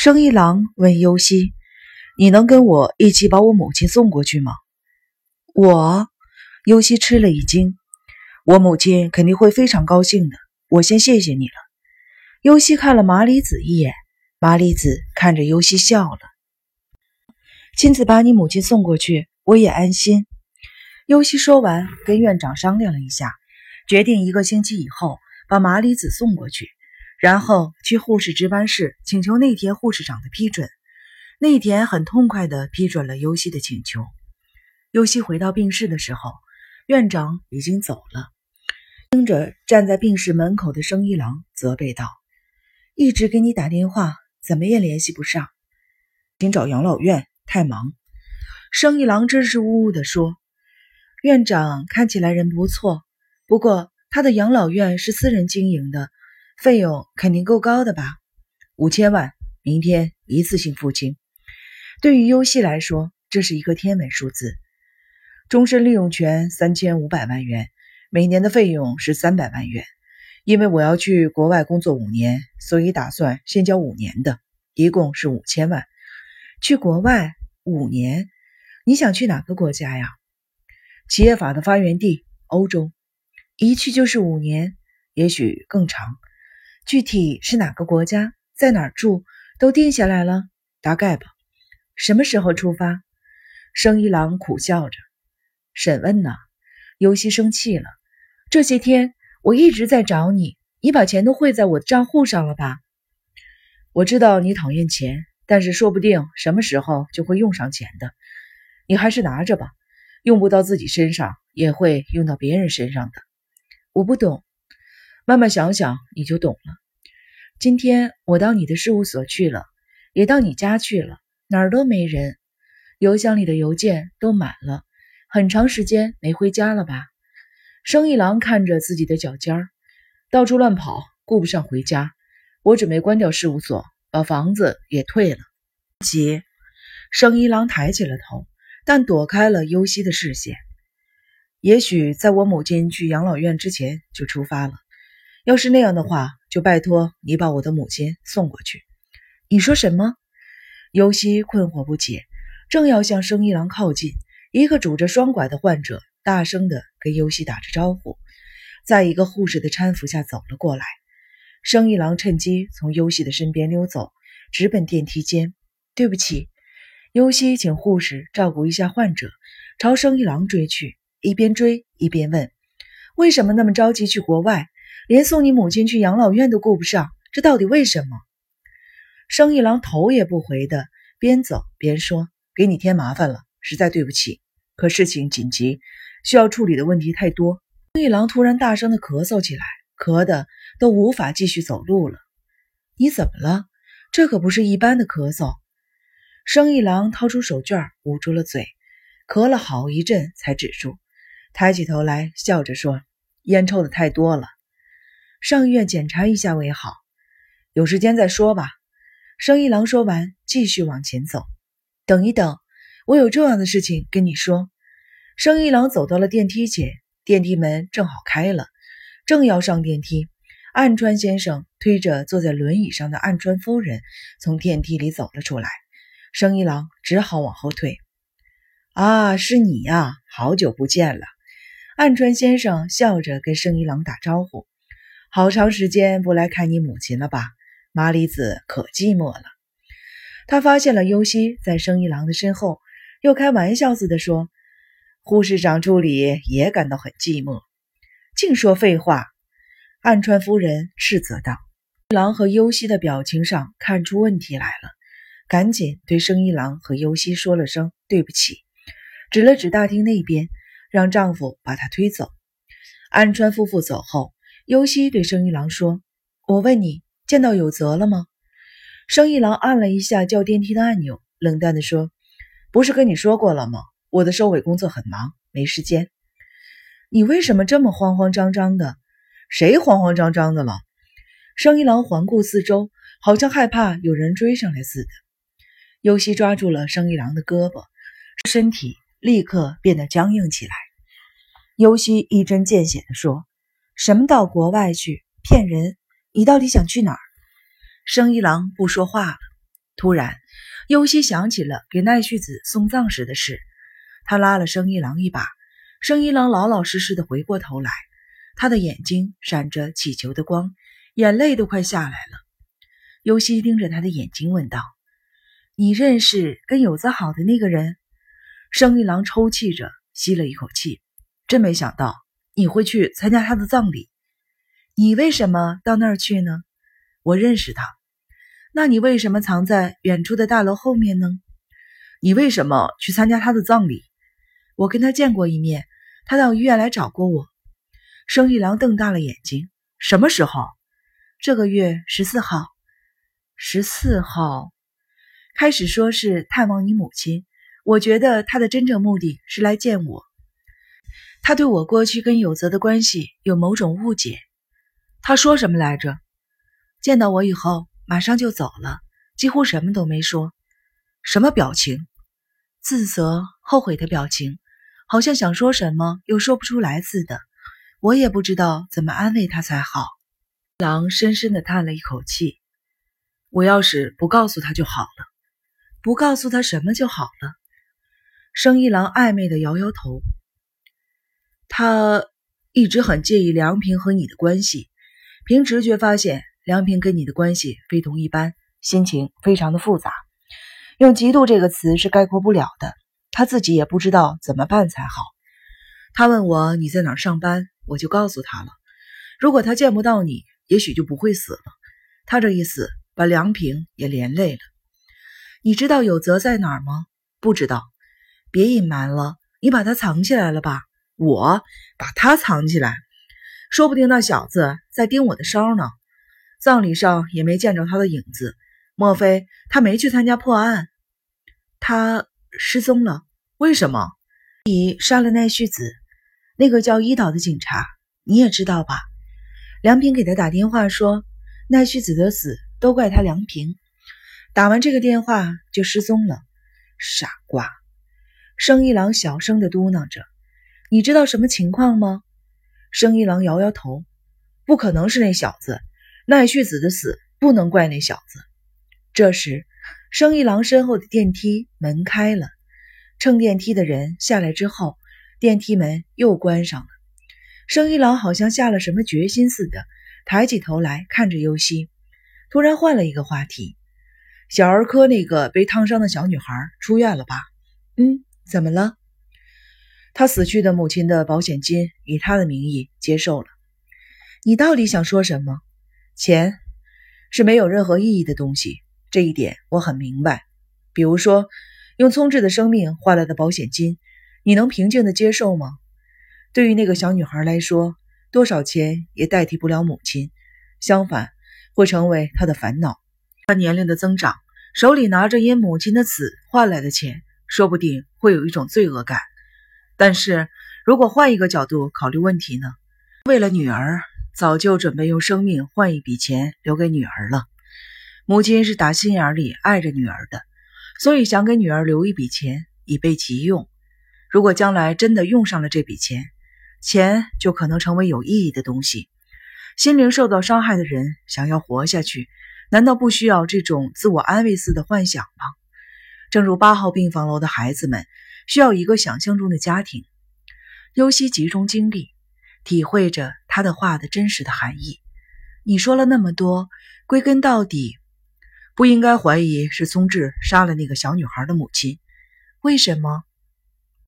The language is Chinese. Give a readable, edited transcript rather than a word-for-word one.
生一郎问优希：你能跟我一起把我母亲送过去吗？我，优希吃了一惊。我母亲肯定会非常高兴的，我先谢谢你了。优希看了麻里子一眼，麻里子看着优希笑了。亲自把你母亲送过去，我也安心。优希说完，跟院长商量了一下，决定1个星期以后把麻里子送过去，然后去护士值班室请求内田护士长的批准。内田很痛快地批准了优希的请求。优希回到病室的时候，院长已经走了，盯着站在病室门口的生一郎责备道：一直给你打电话，怎么也联系不上。请找养老院，太忙。生一郎支支吾吾地说：院长看起来人不错，不过他的养老院是私人经营的，费用肯定够高的吧？5000万，明天一次性付清。对于优希来说，这是一个天文数字。终身利用权3500万元，每年的费用是300万元。因为我要去国外工作5年，所以打算先交5年的，一共是5000万。去国外5年？你想去哪个国家呀？企业法的发源地，欧洲。一去就是5年，也许更长。具体是哪个国家，在哪儿住，都定下来了？大概吧。什么时候出发？生一郎苦笑着。审问呢？优希生气了。这些天我一直在找你，你把钱都汇在我的账户上了吧？我知道你讨厌钱，但是说不定什么时候就会用上钱的。你还是拿着吧，用不到自己身上，也会用到别人身上的。我不懂，慢慢想想你就懂了。今天我到你的事务所去了，也到你家去了，哪儿都没人，邮箱里的邮件都满了，很长时间没回家了吧？生一郎看着自己的脚尖儿，到处乱跑，顾不上回家。我准备关掉事务所，把房子也退了。急，生一郎抬起了头，但躲开了优希的视线。也许在我母亲去养老院之前就出发了，要是那样的话，就拜托你把我的母亲送过去。你说什么？优希困惑不解，正要向生一郎靠近，一个拄着双拐的患者大声地跟优希打着招呼，在一个护士的搀扶下走了过来。生一郎趁机从优希的身边溜走，直奔电梯间。对不起。优希请护士照顾一下患者，朝生一郎追去，一边追一边问：为什么那么着急去国外，连送你母亲去养老院都顾不上，这到底为什么？生一郎头也不回的边走边说：给你添麻烦了，实在对不起，可事情紧急，需要处理的问题太多。生一郎突然大声的咳嗽起来，咳得都无法继续走路了。你怎么了？这可不是一般的咳嗽。生一郎掏出手绢捂住了嘴，咳了好一阵才止住，抬起头来笑着说：烟抽的太多了，上医院检查一下为好，有时间再说吧。生一郎说完继续往前走。等一等，我有重要的事情跟你说。生一郎走到了电梯前，电梯门正好开了，正要上电梯，岸川先生推着坐在轮椅上的岸川夫人从电梯里走了出来，生一郎只好往后退。啊，是你呀，好久不见了。岸川先生笑着跟生一郎打招呼。好长时间不来看你母亲了吧？麻里子可寂寞了。他发现了优希在生一郎的身后，又开玩笑似的说：护士长助理也感到很寂寞。净说废话，岸川夫人斥责道。一郎和优希的表情上看出问题来了，赶紧对生一郎和优希说了声对不起，指了指大厅那边，让丈夫把他推走。岸川夫妇走后，优希对生一郎说：我问你，见到有泽了吗？生一郎按了一下叫电梯的按钮，冷淡地说：不是跟你说过了吗？我的收尾工作很忙，没时间。你为什么这么慌慌张张的？谁慌慌张张的了？生一郎环顾四周，好像害怕有人追上来似的。优希抓住了生一郎的胳膊，身体立刻变得僵硬起来。优希一针见血地说：什么到国外去？骗人！你到底想去哪儿？生一郎不说话了。 突然，优希想起了给奈绪子送葬时的事，他拉了生一郎一把，生一郎老老实实的回过头来，他的眼睛闪着乞求的光，眼泪都快下来了。优希盯着他的眼睛问道：“你认识跟有泽好的那个人？”生一郎抽泣着吸了一口气，真没想到你会去参加他的葬礼。你为什么到那儿去呢？我认识他。那你为什么藏在远处的大楼后面呢？你为什么去参加他的葬礼？我跟他见过一面，他到医院来找过我。生一郎瞪大了眼睛。什么时候？这个月14号。14号。开始说是探望你母亲，我觉得他的真正目的是来见我。他对我过去跟有泽的关系有某种误解。他说什么来着？见到我以后马上就走了，几乎什么都没说。什么表情？自责、后悔的表情，好像想说什么又说不出来似的。我也不知道怎么安慰他才好。狼深深地叹了一口气。我要是不告诉他就好了。不告诉他什么就好了？生一郎暧昧地摇摇头。他一直很介意梁平和你的关系，凭直觉发现梁平跟你的关系非同一般，心情非常的复杂。用嫉妒这个词是概括不了的，他自己也不知道怎么办才好。他问我你在哪儿上班，我就告诉他了。如果他见不到你，也许就不会死了。他这一死，把梁平也连累了。你知道有泽在哪儿吗？不知道。别隐瞒了，你把他藏起来了吧？我把他藏起来？说不定那小子在盯我的梢呢。葬礼上也没见着他的影子，莫非他没去参加破案？他失踪了。为什么？你杀了奈绪子，那个叫伊岛的警察，你也知道吧？梁平给他打电话说，奈绪子的死都怪他梁平。打完这个电话就失踪了。傻瓜。生一郎小声地嘟囔着。你知道什么情况吗？生一郎摇摇头。不可能是那小子，奈绪子的死不能怪那小子。这时生一郎身后的电梯门开了，乘电梯的人下来之后，电梯门又关上了。生一郎好像下了什么决心似的，抬起头来看着优希，突然换了一个话题。小儿科那个被烫伤的小女孩出院了吧？怎么了？她死去的母亲的保险金以她的名义接受了。你到底想说什么？钱是没有任何意义的东西，这一点我很明白。比如说，用聪智的生命换来的保险金，你能平静地接受吗？对于那个小女孩来说，多少钱也代替不了母亲，相反，会成为她的烦恼。她年龄的增长，手里拿着因母亲的死换来的钱，说不定会有一种罪恶感。但是如果换一个角度考虑问题呢？为了女儿，早就准备用生命换一笔钱留给女儿了。母亲是打心眼里爱着女儿的，所以想给女儿留一笔钱以备急用。如果将来真的用上了这笔钱，钱就可能成为有意义的东西。心灵受到伤害的人想要活下去，难道不需要这种自我安慰似的幻想吗？正如8号病房楼的孩子们需要一个想象中的家庭。优希集中精力，体会着他的话的真实的含义。你说了那么多，归根到底，不应该怀疑是聪智杀了那个小女孩的母亲。为什么？